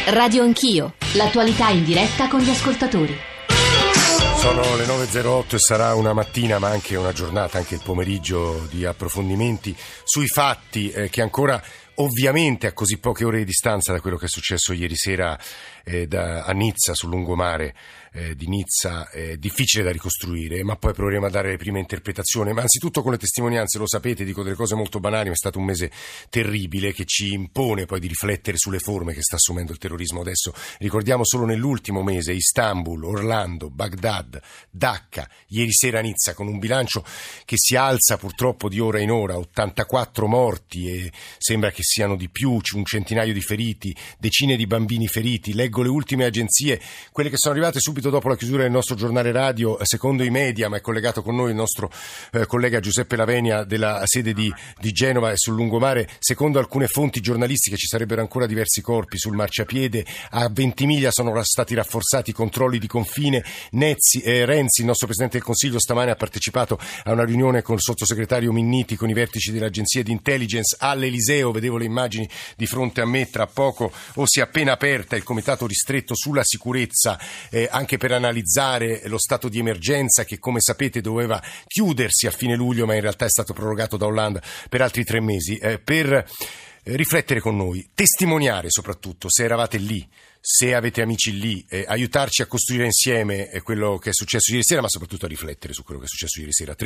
Radio Anch'io, l'attualità in diretta con gli ascoltatori. Sono le 9.08 e sarà una mattina ma anche una giornata, anche il pomeriggio, di approfondimenti sui fatti che ancora ovviamente a così poche ore di distanza da quello che è successo ieri sera a Nizza, sul lungomare di Nizza, è difficile da ricostruire, ma poi proveremo a dare le prime interpretazioni. Ma anzitutto con le testimonianze, lo sapete, dico delle cose molto banali, ma è stato un mese terribile che ci impone poi di riflettere sulle forme che sta assumendo il terrorismo adesso. Ricordiamo solo nell'ultimo mese Istanbul, Orlando, Baghdad, Dacca, ieri sera Nizza, con un bilancio che si alza purtroppo di ora in ora, 84 morti e sembra che siano di più, un centinaio di feriti, decine di bambini feriti. Leggo le ultime agenzie, quelle che sono arrivate subito dopo la chiusura del nostro giornale radio, secondo i media, ma è collegato con noi il nostro collega Giuseppe Lavenia della sede di Genova e sul lungomare. Secondo alcune fonti giornalistiche ci sarebbero ancora diversi corpi sul marciapiede. A Ventimiglia sono stati rafforzati i controlli di confine. Renzi, il nostro Presidente del Consiglio, stamane ha partecipato a una riunione con il sottosegretario Minniti, con i vertici delle agenzie di intelligence all'Eliseo. Vedevo le immagini di fronte a me, tra poco o si è appena aperta il comitato ristretto sulla sicurezza, anche per analizzare lo stato di emergenza che, come sapete, doveva chiudersi a fine luglio, ma in realtà è stato prorogato da Hollande per altri 3 mesi, per riflettere con noi, testimoniare soprattutto, se eravate lì, se avete amici lì, aiutarci a costruire insieme quello che è successo ieri sera, ma soprattutto a riflettere su quello che è successo ieri sera.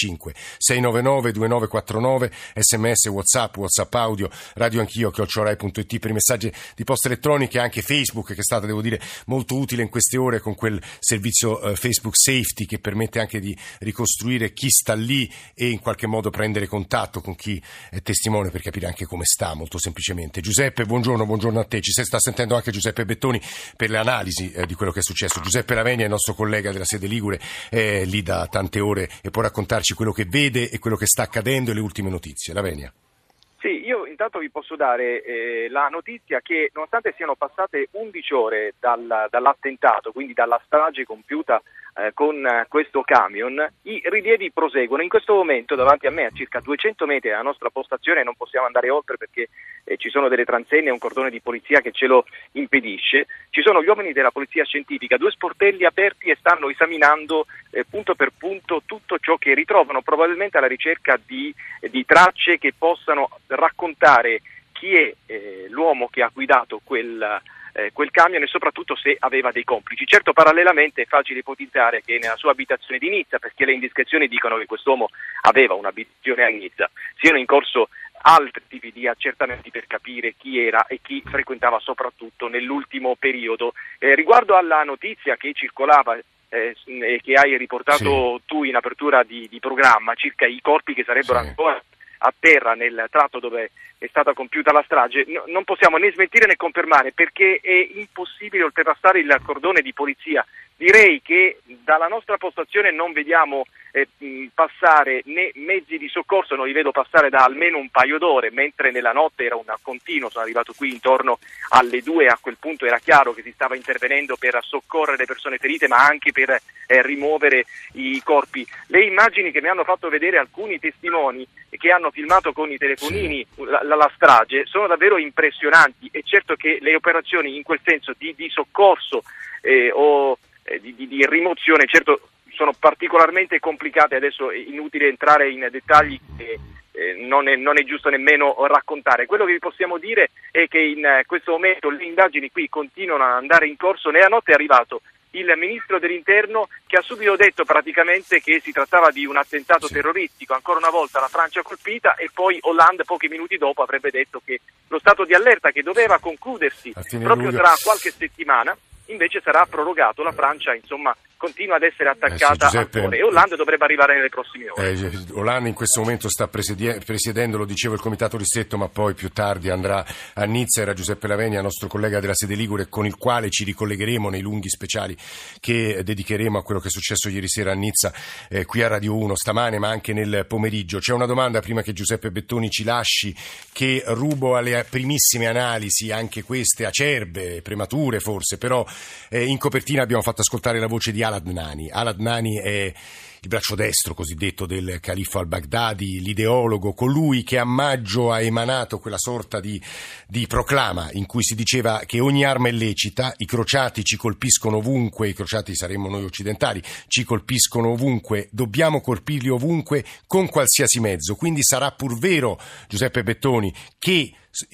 335-699-2949, sms, whatsapp audio, radio anch'io, @rai.it per i messaggi di posta elettronica, anche Facebook, che è stata, devo dire, molto utile in queste ore con quel servizio Facebook Safety che permette anche di ricostruire chi sta lì e in qualche modo prendere contatto con chi è testimone per capire anche come sta, molto semplicemente. Giuseppe, buongiorno a te. Ci sta sentendo anche Giuseppe Bettoni per le analisi di quello che è successo. Giuseppe Lavenia, il nostro collega della sede Ligure, è lì da tante ore e può raccontarci quello che vede e quello che sta accadendo e le ultime notizie. Lavenia. Sì, io intanto vi posso dare la notizia che, nonostante siano passate 11 ore dall'attentato, quindi dalla strage compiuta con questo camion, i rilievi proseguono. In questo momento davanti a me, a circa 200 metri dalla nostra postazione, non possiamo andare oltre perché ci sono delle transenne e un cordone di polizia che ce lo impedisce, ci sono gli uomini della polizia scientifica, 2 sportelli aperti, e stanno esaminando punto per punto tutto ciò che ritrovano, probabilmente alla ricerca di tracce che possano raccontare chi è l'uomo che ha guidato quel camion e soprattutto se aveva dei complici. Certo, parallelamente è facile ipotizzare che nella sua abitazione di Nizza, perché le indiscrezioni dicono che quest'uomo aveva un'abitazione a Nizza, siano in corso altri tipi di accertamenti per capire chi era e chi frequentava soprattutto nell'ultimo periodo. Riguardo alla notizia che circolava e che hai riportato tu in apertura di programma, circa i corpi che sarebbero ancora a terra nel tratto dove è stata compiuta la strage, non possiamo né smentire né confermare, perché è impossibile oltrepassare il cordone di polizia. Direi che dalla nostra postazione non vediamo passare né mezzi di soccorso, non li vedo passare da almeno un paio d'ore, mentre nella notte era un continuo. Sono arrivato qui intorno alle 2, a quel punto era chiaro che si stava intervenendo per soccorrere le persone ferite, ma anche per rimuovere i corpi. Le immagini che mi hanno fatto vedere alcuni testimoni che hanno filmato con i telefonini la strage sono davvero impressionanti. È certo che le operazioni in quel senso di soccorso o di rimozione, certo, sono particolarmente complicate. Adesso è inutile entrare in dettagli che non è giusto nemmeno raccontare. Quello che vi possiamo dire è che in questo momento le indagini qui continuano ad andare in corso. Nella notte è arrivato il ministro dell'interno, che ha subito detto praticamente che si trattava di un attentato terroristico, ancora una volta la Francia colpita, e poi Hollande pochi minuti dopo avrebbe detto che lo stato di allerta, che doveva concludersi proprio tra qualche settimana, invece sarà prorogato. La Francia, insomma, continua ad essere attaccata ancora, e Hollande dovrebbe arrivare nelle prossime ore. Hollande in questo momento sta presiedendo, lo dicevo, il comitato ristretto, ma poi più tardi andrà a Nizza. Era Giuseppe Lavenia, nostro collega della sede Ligure, con il quale ci ricollegheremo nei lunghi speciali che dedicheremo a quello che è successo ieri sera a Nizza, qui a Radio 1 stamane, ma anche nel pomeriggio. C'è una domanda prima che Giuseppe Bettoni ci lasci, che rubo alle primissime analisi, anche queste acerbe, premature forse, però In copertina abbiamo fatto ascoltare la voce di Al Adnani. Al Adnani è il braccio destro cosiddetto del califfo al-Baghdadi, l'ideologo, colui che a maggio ha emanato quella sorta di proclama in cui si diceva che ogni arma è lecita, i crociati ci colpiscono ovunque, i crociati saremmo noi occidentali, ci colpiscono ovunque, dobbiamo colpirli ovunque con qualsiasi mezzo. Quindi sarà pur vero, Giuseppe Bettoni, che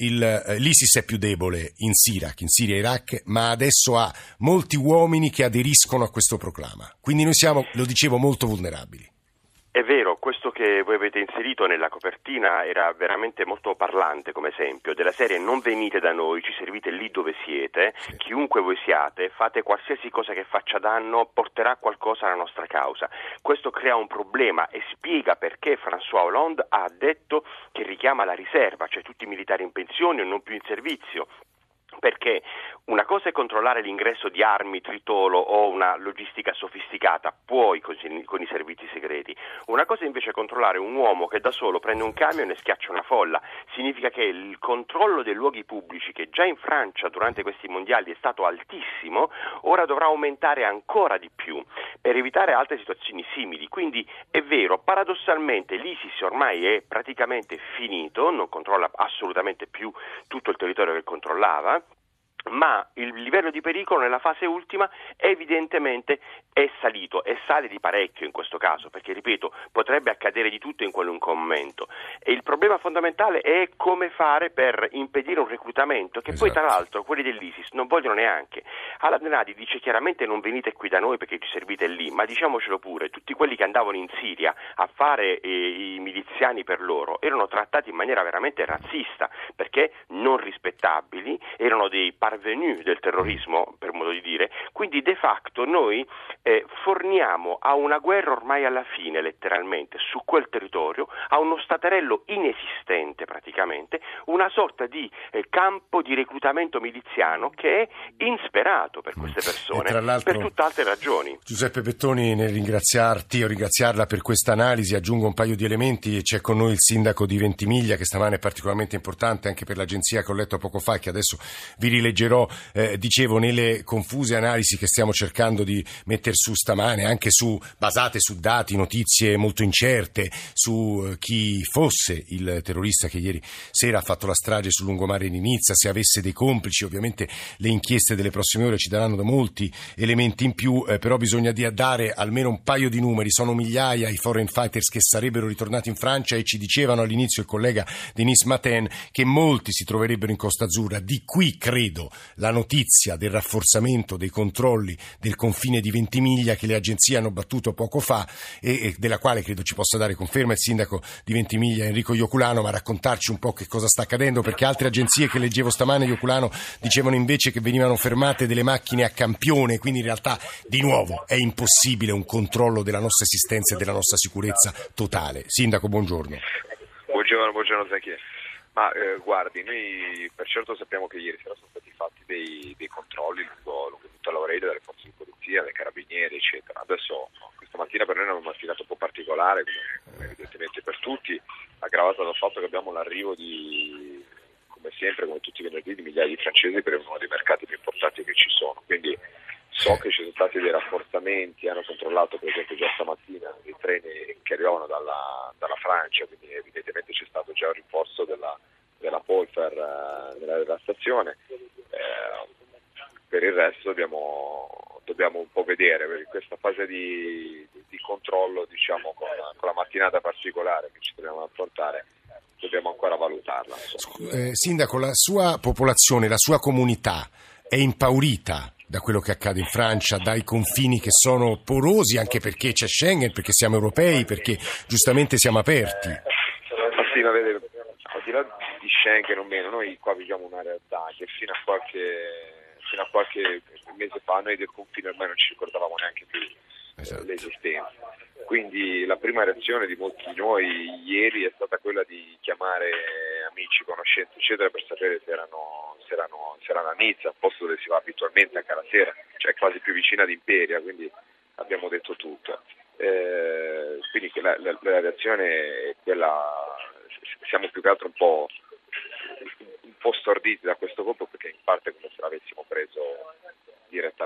l'ISIS è più debole in Siria e Iraq, ma adesso ha molti uomini che aderiscono a questo proclama. Quindi noi siamo, lo dicevo, molto vulnerabili. È vero, questo che voi avete inserito nella copertina era veramente molto parlante come esempio, della serie: non venite da noi, ci servite lì dove siete, sì. Chiunque voi siate, fate qualsiasi cosa che faccia danno, porterà qualcosa alla nostra causa. Questo crea un problema e spiega perché François Hollande ha detto che richiama la riserva, cioè tutti i militari in pensione o non più in servizio. Perché una cosa è controllare l'ingresso di armi, tritolo o una logistica sofisticata, poi con i servizi segreti. Una cosa invece è controllare un uomo che da solo prende un camion e schiaccia una folla. Significa che il controllo dei luoghi pubblici, che già in Francia durante questi mondiali è stato altissimo, ora dovrà aumentare ancora di più per evitare altre situazioni simili. Quindi è vero, paradossalmente l'ISIS ormai è praticamente finito, non controlla assolutamente più tutto il territorio che controllava, ma il livello di pericolo nella fase ultima evidentemente è salito e sale di parecchio in questo caso, perché ripeto, potrebbe accadere di tutto in qualunque momento e il problema fondamentale è come fare per impedire un reclutamento che poi tra l'altro quelli dell'ISIS non vogliono neanche. Al-Adnani dice chiaramente: non venite qui da noi perché ci servite lì, ma diciamocelo pure, tutti quelli che andavano in Siria a fare i miliziani per loro erano trattati in maniera veramente razzista, perché non rispettabili, erano dei parvenu del terrorismo, per modo di dire. Quindi de facto noi forniamo a una guerra ormai alla fine, letteralmente, su quel territorio, a uno staterello inesistente praticamente, una sorta di campo di reclutamento miliziano che è insperato per queste persone, per tutt'altre ragioni. Giuseppe Bettoni, nel ringraziarti o ringraziarla per questa analisi, aggiungo un paio di elementi. C'è con noi il sindaco di Ventimiglia, che stamane è particolarmente importante anche per l'agenzia che ho letto poco fa, che adesso vi rileggerò. Dicevo, nelle confuse analisi che stiamo cercando di mettere su stamane, anche basate su dati, notizie molto incerte, su chi fosse il terrorista che ieri sera ha fatto la strage sul lungomare di Nizza, se avesse dei complici. Ovviamente le inchieste delle prossime ore ci daranno molti elementi in più, però bisogna dare almeno un paio di numeri. Sono migliaia i foreign fighters che sarebbero ritornati in Francia e ci dicevano all'inizio il collega Denis Matin che molti si troverebbero in Costa Azzurra. Di qui credo la notizia del rafforzamento dei controlli del confine di Ventimiglia che le agenzie hanno battuto poco fa e della quale credo ci possa dare conferma il sindaco di Ventimiglia Enrico Ioculano, ma raccontarci un po' che cosa sta accadendo, perché altre agenzie che leggevo stamane, Ioculano, dicevano invece che venivano fermate delle macchine a campione, quindi in realtà di nuovo è impossibile un controllo della nostra esistenza e della nostra sicurezza totale. Sindaco, buongiorno. Buongiorno Zacchia. Ma guardi, noi per certo sappiamo che ieri sera sono stati fatti dei controlli lungo tutta l'Aurelia dalle forze di polizia, dai carabinieri, eccetera. Adesso questa mattina per noi è una mattinata un po' particolare, come evidentemente per tutti, aggravata dal fatto che abbiamo l'arrivo di, come sempre, come tutti i venerdì, di migliaia di francesi per uno dei mercati più importanti che ci sono. Quindi so che ci sono stati dei rafforzamenti, hanno controllato per esempio già stamattina dei treni che arrivavano dalla Francia, quindi evidentemente c'è stato già un rinforzo della Polfer nella stazione. Per il resto dobbiamo un po' vedere, perché questa fase di controllo, diciamo, con la mattinata particolare che ci dobbiamo affrontare, dobbiamo ancora valutarla. Sindaco, la sua popolazione, la sua comunità è impaurita da quello che accade in Francia, dai confini che sono porosi, anche perché c'è Schengen, perché siamo europei, perché giustamente siamo aperti. Ma sì, ma vede, al di là di Schengen o meno, noi qua viviamo una realtà che fino a qualche mese fa noi del confine ormai non ci ricordavamo neanche più l'esistenza. Quindi la prima reazione di molti di noi ieri è stata quella di chiamare amici, conoscenti, eccetera, per sapere se erano a Nizza, un posto dove si va abitualmente anche alla sera, cioè quasi più vicina ad Imperia, quindi abbiamo detto tutto. Quindi la reazione è quella, siamo più che altro un po' storditi da questo colpo, perché in parte come se l'avessimo preso direttamente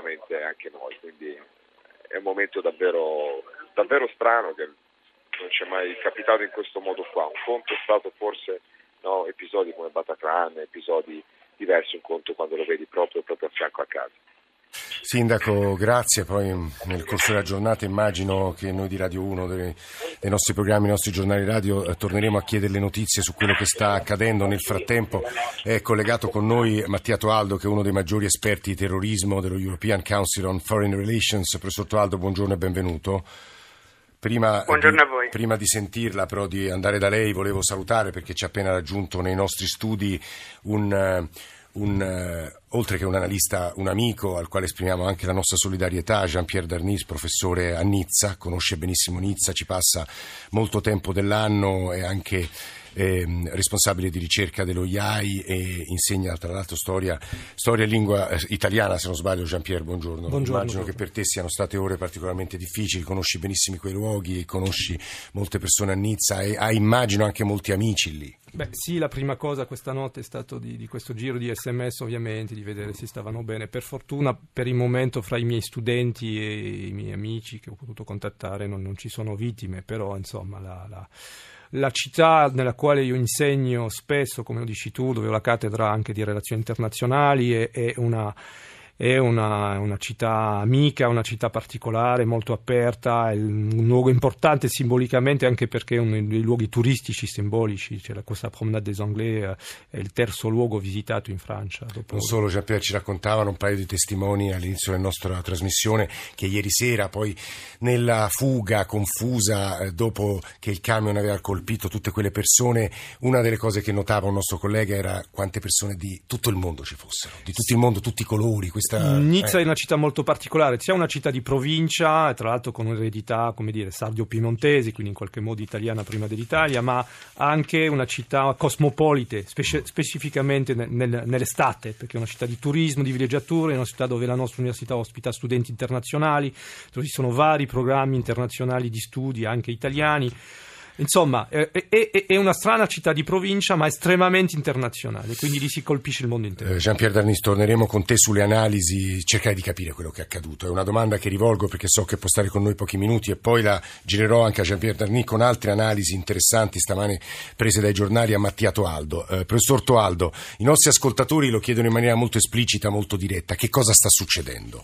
neanche noi, quindi è un momento davvero, davvero strano che non ci è mai capitato in questo modo qua. Un conto è stato forse episodi come Bataclan, episodi diversi, un conto quando lo vedi proprio a fianco a casa. Sindaco, grazie. Poi nel corso della giornata immagino che noi di Radio 1, dei nostri programmi, dei nostri giornali radio, torneremo a chiederle notizie su quello che sta accadendo. Nel frattempo è collegato con noi Mattia Toaldo, che è uno dei maggiori esperti di terrorismo dello European Council on Foreign Relations. Professor Toaldo, buongiorno e benvenuto. Buongiorno a voi. Prima di sentirla, però, di andare da lei, volevo salutare, perché ci ha appena raggiunto nei nostri studi oltre che un analista, un amico al quale esprimiamo anche la nostra solidarietà, Jean-Pierre Darnis, professore a Nizza, conosce benissimo Nizza, ci passa molto tempo dell'anno, è anche responsabile di ricerca dello IAI e insegna tra l'altro storia e lingua italiana, se non sbaglio. Jean-Pierre, buongiorno. Immagino che per te siano state ore particolarmente difficili, conosci benissimo quei luoghi, conosci molte persone a Nizza e hai, immagino, anche molti amici lì. Beh sì, la prima cosa questa notte è stato di questo giro di SMS, ovviamente, di vedere se stavano bene. Per fortuna, per il momento, fra i miei studenti e i miei amici che ho potuto contattare non ci sono vittime, però insomma la città nella quale io insegno spesso, come lo dici tu, dove ho la cattedra anche di relazioni internazionali, è una città amica, una città particolare, molto aperta, è un luogo importante simbolicamente, anche perché è uno dei luoghi turistici simbolici. C'è questa Promenade des Anglais, è il terzo luogo visitato in Francia. Non solo, Jean-Pierre, ci raccontavano un paio di testimoni all'inizio della nostra trasmissione che ieri sera, poi nella fuga confusa dopo che il camion aveva colpito tutte quelle persone, una delle cose che notava un nostro collega era quante persone di tutto il mondo ci fossero, di tutto il mondo, tutti i colori. Nizza è una città molto particolare, sia una città di provincia, tra l'altro con un'eredità, come dire, sardo-piemontese, quindi in qualche modo italiana prima dell'Italia, ma anche una città cosmopolite, specificamente nell'estate, perché è una città di turismo, di villeggiatura, è una città dove la nostra università ospita studenti internazionali, dove ci sono vari programmi internazionali di studi, anche italiani. Insomma, è una strana città di provincia, ma estremamente internazionale, quindi lì si colpisce il mondo intero. Jean-Pierre Darnis, torneremo con te sulle analisi, cercare di capire quello che è accaduto. È una domanda che rivolgo perché so che può stare con noi pochi minuti e poi la girerò anche a Jean-Pierre Darnis con altre analisi interessanti stamane prese dai giornali a Mattia Toaldo. Professor Toaldo, i nostri ascoltatori lo chiedono in maniera molto esplicita, molto diretta. Che cosa sta succedendo?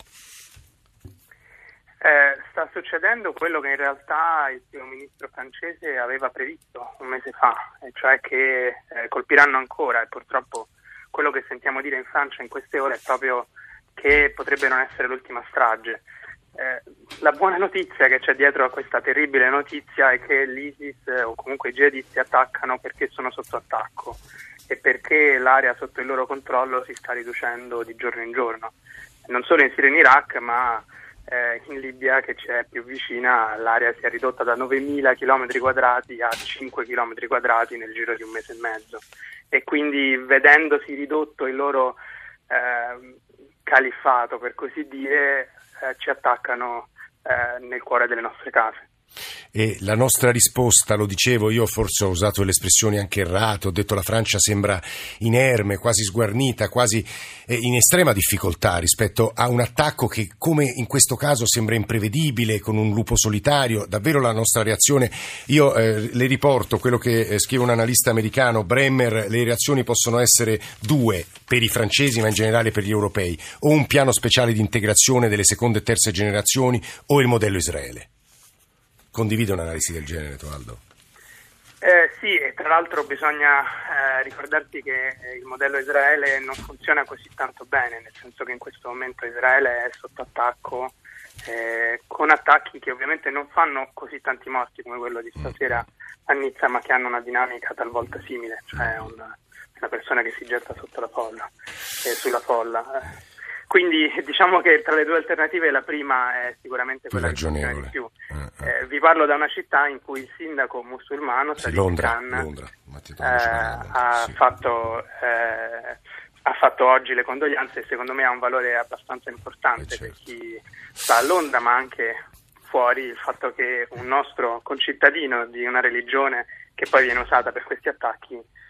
Sta succedendo quello che in realtà il primo ministro francese aveva previsto un mese fa, e cioè che colpiranno ancora, e purtroppo quello che sentiamo dire in Francia in queste ore è proprio che potrebbe non essere l'ultima strage. La buona notizia che c'è dietro a questa terribile notizia è che l'ISIS o comunque i jihadisti attaccano perché sono sotto attacco e perché l'area sotto il loro controllo si sta riducendo di giorno in giorno, non solo in Siria e in Iraq, ma in Libia, che c'è più vicina, l'area si è ridotta da 9.000 km quadrati a 5 km quadrati nel giro di un mese e mezzo, e quindi vedendosi ridotto il loro califfato, per così dire, ci attaccano nel cuore delle nostre case. E la nostra risposta, lo dicevo io, forse ho usato delle espressioni anche errate, ho detto la Francia sembra inerme, quasi sguarnita, quasi in estrema difficoltà rispetto a un attacco che, come in questo caso, sembra imprevedibile, con un lupo solitario. Davvero la nostra reazione, io le riporto quello che scrive un analista americano, Bremer: le reazioni possono essere due per i francesi, ma in generale per gli europei: o un piano speciale di integrazione delle seconde e terze generazioni o il modello Israele. Condivide un'analisi del genere, Toaldo? Sì, e tra l'altro bisogna ricordarsi che il modello Israele non funziona così tanto bene, nel senso che in questo momento Israele è sotto attacco, con attacchi che ovviamente non fanno così tanti morti come quello di stasera a Nizza, ma che hanno una dinamica talvolta simile, cioè una persona che si getta sotto la folla, sulla folla. Quindi diciamo che tra le due alternative la prima è sicuramente quella che funziona di più. Vi parlo da una città in cui il sindaco musulmano, Londra, ha fatto oggi le condoglianze, e secondo me ha un valore abbastanza importante per chi sta a Londra, ma anche fuori, il fatto che un nostro concittadino di una religione che poi viene usata per questi attacchi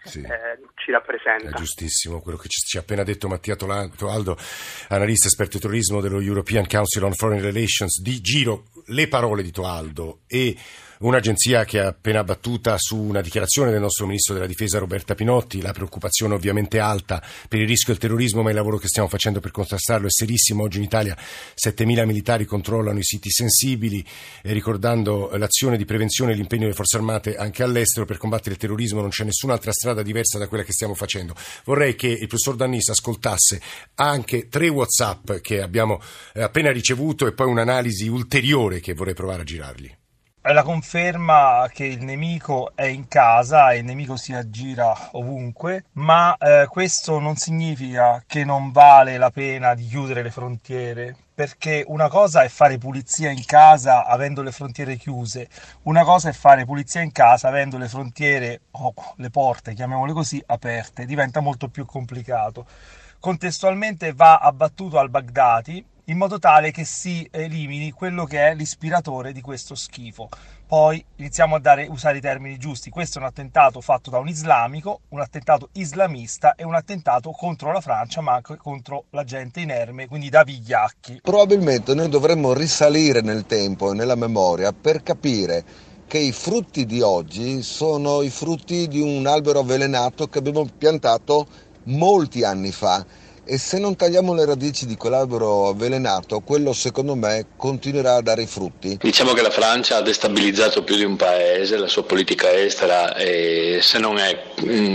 ci rappresenta. È giustissimo quello che ci ha appena detto Mattia Toaldo, analista esperto di terrorismo dello European Council on Foreign Relations. Di giro le parole di Toaldo e un'agenzia che è appena battuta su una dichiarazione del nostro ministro della difesa Roberta Pinotti. La preoccupazione ovviamente alta per il rischio del terrorismo, ma il lavoro che stiamo facendo per contrastarlo è serissimo. Oggi in Italia 7.000 militari controllano i siti sensibili, ricordando l'azione di prevenzione e l'impegno delle forze armate anche all'estero per combattere il terrorismo. Non c'è nessun'altra strada diversa da quella che stiamo facendo. Vorrei che il professor D'Annisa ascoltasse anche 3 WhatsApp che abbiamo appena ricevuto e poi un'analisi ulteriore che vorrei provare a girargli. È la conferma che il nemico è in casa e il nemico si aggira ovunque, ma questo non significa che non vale la pena di chiudere le frontiere, perché una cosa è fare pulizia in casa avendo le frontiere chiuse, una cosa è fare pulizia in casa avendo le frontiere, le porte, chiamiamole così, aperte. Diventa molto più complicato. Contestualmente va abbattuto al-Baghdadi in modo tale che si elimini quello che è l'ispiratore di questo schifo. Poi iniziamo a usare i termini giusti. Questo è un attentato fatto da un islamico, un attentato islamista e un attentato contro la Francia, ma anche contro la gente inerme, quindi da vigliacchi. Probabilmente noi dovremmo risalire nel tempo e nella memoria per capire che i frutti di oggi sono i frutti di un albero avvelenato che abbiamo piantato molti anni fa. E se non tagliamo le radici di quell'albero avvelenato, quello secondo me continuerà a dare i frutti. Diciamo che la Francia ha destabilizzato più di un paese, la sua politica estera, se non è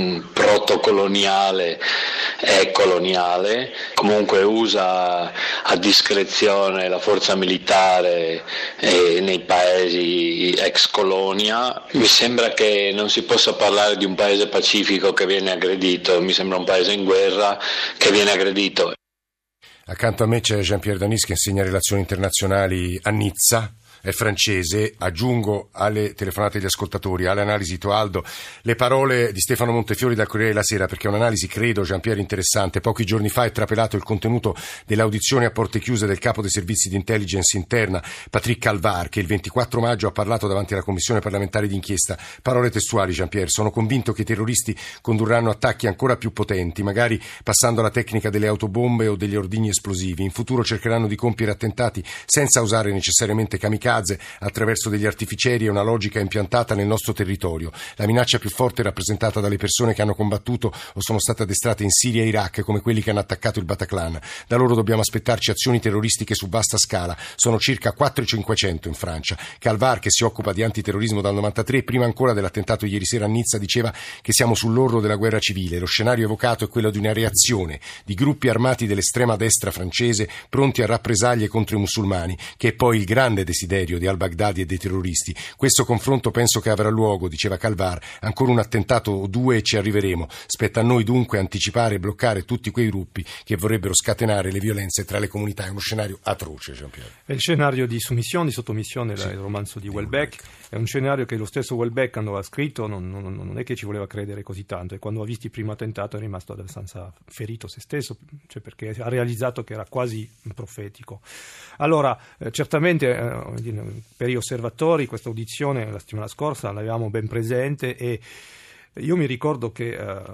protocoloniale, è coloniale, comunque usa a discrezione la forza militare nei paesi ex colonia. Mi sembra che non si possa parlare di un paese pacifico che viene aggredito, mi sembra un paese in guerra che viene aggredito. Accanto a me c'è Jean-Pierre D'Annisa che insegna relazioni internazionali a Nizza, è francese. Aggiungo alle telefonate degli ascoltatori, alle analisi di Toaldo, le parole di Stefano Montefiori dal Corriere della Sera, perché è un'analisi, credo, Jean-Pierre, interessante. Pochi giorni fa è trapelato il contenuto dell'audizione a porte chiuse del capo dei servizi di intelligence interna, Patrick Calvar, che il 24 maggio ha parlato davanti alla Commissione parlamentare d'inchiesta. Parole testuali, Jean-Pierre: sono convinto che i terroristi condurranno attacchi ancora più potenti, magari passando alla tecnica delle autobombe o degli ordigni esplosivi. In futuro cercheranno di compiere attentati senza usare necessariamente kamikaze, attraverso degli artificieri e una logica impiantata nel nostro territorio. La minaccia più forte è rappresentata dalle persone che hanno combattuto o sono state addestrate in Siria e Iraq, come quelli che hanno attaccato il Bataclan. Da loro dobbiamo aspettarci azioni terroristiche su vasta scala. Sono circa 4.500 in Francia. Calvar, che si occupa di antiterrorismo dal 93, prima ancora dell'attentato ieri sera a Nizza, diceva che siamo sull'orlo della guerra civile. Lo scenario evocato è quello di una reazione di gruppi armati dell'estrema destra francese pronti a rappresaglie contro i musulmani, che è poi il grande desiderio di al-Baghdadi e dei terroristi. Questo confronto penso che avrà luogo, diceva Calvar. Ancora un attentato o 2 e ci arriveremo. Spetta a noi dunque anticipare e bloccare tutti quei gruppi che vorrebbero scatenare le violenze tra le comunità. È uno scenario atroce, Jean-Pierre. È il scenario di soumission, di sottomissione, sì, il romanzo di Houellebecq. È un scenario che lo stesso Houellebecq, quando l'ha scritto, non è che ci voleva credere così tanto, e quando ha visto il primo attentato è rimasto abbastanza ferito se stesso, cioè perché ha realizzato che era quasi profetico. Allora, certamente per gli osservatori questa audizione la settimana scorsa l'avevamo ben presente, e io mi ricordo che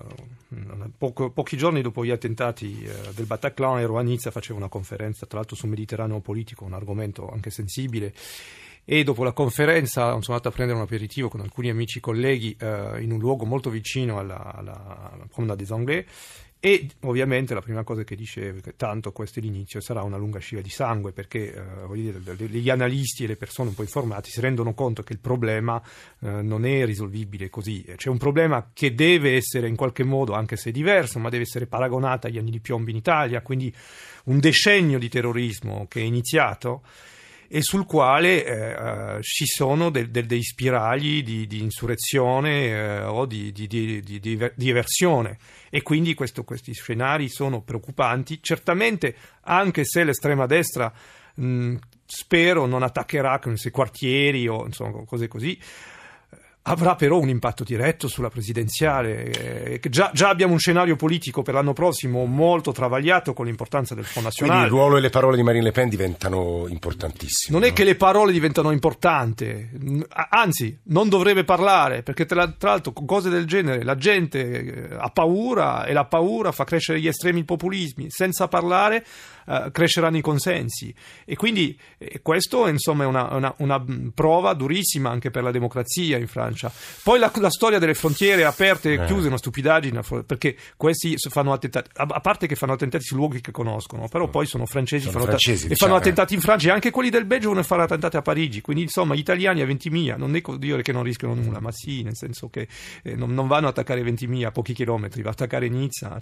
pochi giorni dopo gli attentati del Bataclan ero a Nizza, facevo una conferenza tra l'altro sul Mediterraneo politico, un argomento anche sensibile, e dopo la conferenza sono andato a prendere un aperitivo con alcuni amici colleghi in un luogo molto vicino alla Promenade des Anglais. E ovviamente la prima cosa che dicevo è che tanto questo è l'inizio, sarà una lunga scia di sangue, perché gli analisti e le persone un po' informati si rendono conto che il problema non è risolvibile così. C'è un problema che deve essere in qualche modo, anche se diverso, ma deve essere paragonato agli anni di piombo in Italia, quindi un decennio di terrorismo che è iniziato e sul quale ci sono dei spiragli di insurrezione o di eversione, e quindi questi scenari sono preoccupanti, certamente, anche se l'estrema destra spero non attaccherà questi quartieri o insomma cose così. avrà però un impatto diretto sulla presidenziale. Già abbiamo un scenario politico per l'anno prossimo molto travagliato con l'importanza del Front National. Quindi il ruolo e le parole di Marine Le Pen diventano importantissime. Non è che le parole diventano importanti, anzi non dovrebbe parlare, perché tra l'altro con cose del genere la gente ha paura e la paura fa crescere gli estremi populismi. Senza parlare cresceranno i consensi, e quindi questo insomma è una prova durissima anche per la democrazia in Francia. Poi la storia delle frontiere aperte e chiuse è una stupidaggine, perché questi fanno attentati, a parte che fanno attentati su luoghi che conoscono, però poi sono francesi, fanno attentati in Francia, e anche quelli del Belgio vogliono fare attentati a Parigi, quindi insomma gli italiani a Ventimiglia non è dire che non rischiano nulla, ma sì, nel senso che non vanno a attaccare Ventimiglia a pochi chilometri, va a attaccare Nizza,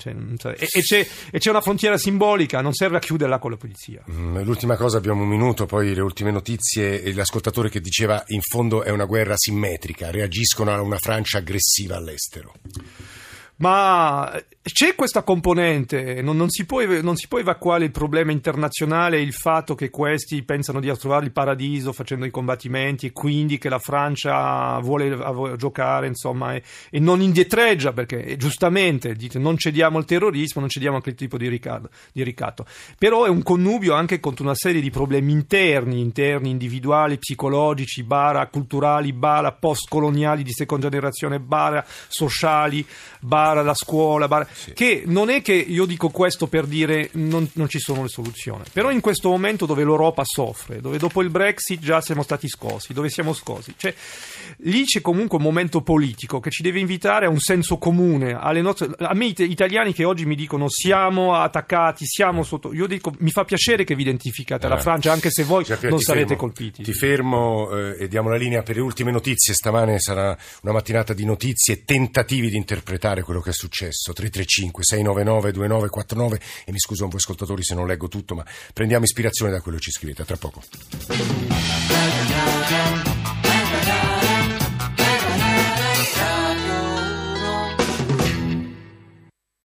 e c'è una frontiera simbolica, non serve a chiuderla con la polizia. L'ultima cosa, abbiamo un minuto, poi le ultime notizie. L'ascoltatore che diceva in fondo è una guerra simmetrica, reagiscono a una Francia aggressiva all'estero. Ma c'è questa componente, non si può evacuare il problema internazionale, il fatto che questi pensano di trovare il paradiso facendo i combattimenti, e quindi che la Francia vuole giocare, insomma, e non indietreggia, perché giustamente dite non cediamo al terrorismo, non cediamo a quel tipo di ricatto. Però è un connubio anche contro una serie di problemi interni, individuali, psicologici, culturali, postcoloniali di seconda generazione, sociali, la scuola, sì. Che non è che io dico questo per dire non ci sono le soluzioni, però in questo momento dove l'Europa soffre, dove dopo il Brexit già siamo stati scossi, dove siamo scossi, lì c'è comunque un momento politico che ci deve invitare a un senso comune, a me italiani che oggi mi dicono siamo attaccati, siamo sotto, io dico mi fa piacere che vi identificate alla Francia, anche se voi non sarete colpiti. Ti fermo e diamo la linea per le ultime notizie. Stamane sarà una mattinata di notizie e tentativi di interpretare quello che è successo. 335 699 2949, e mi scuso con voi ascoltatori se non leggo tutto, ma prendiamo ispirazione da quello che ci scrivete. A tra poco.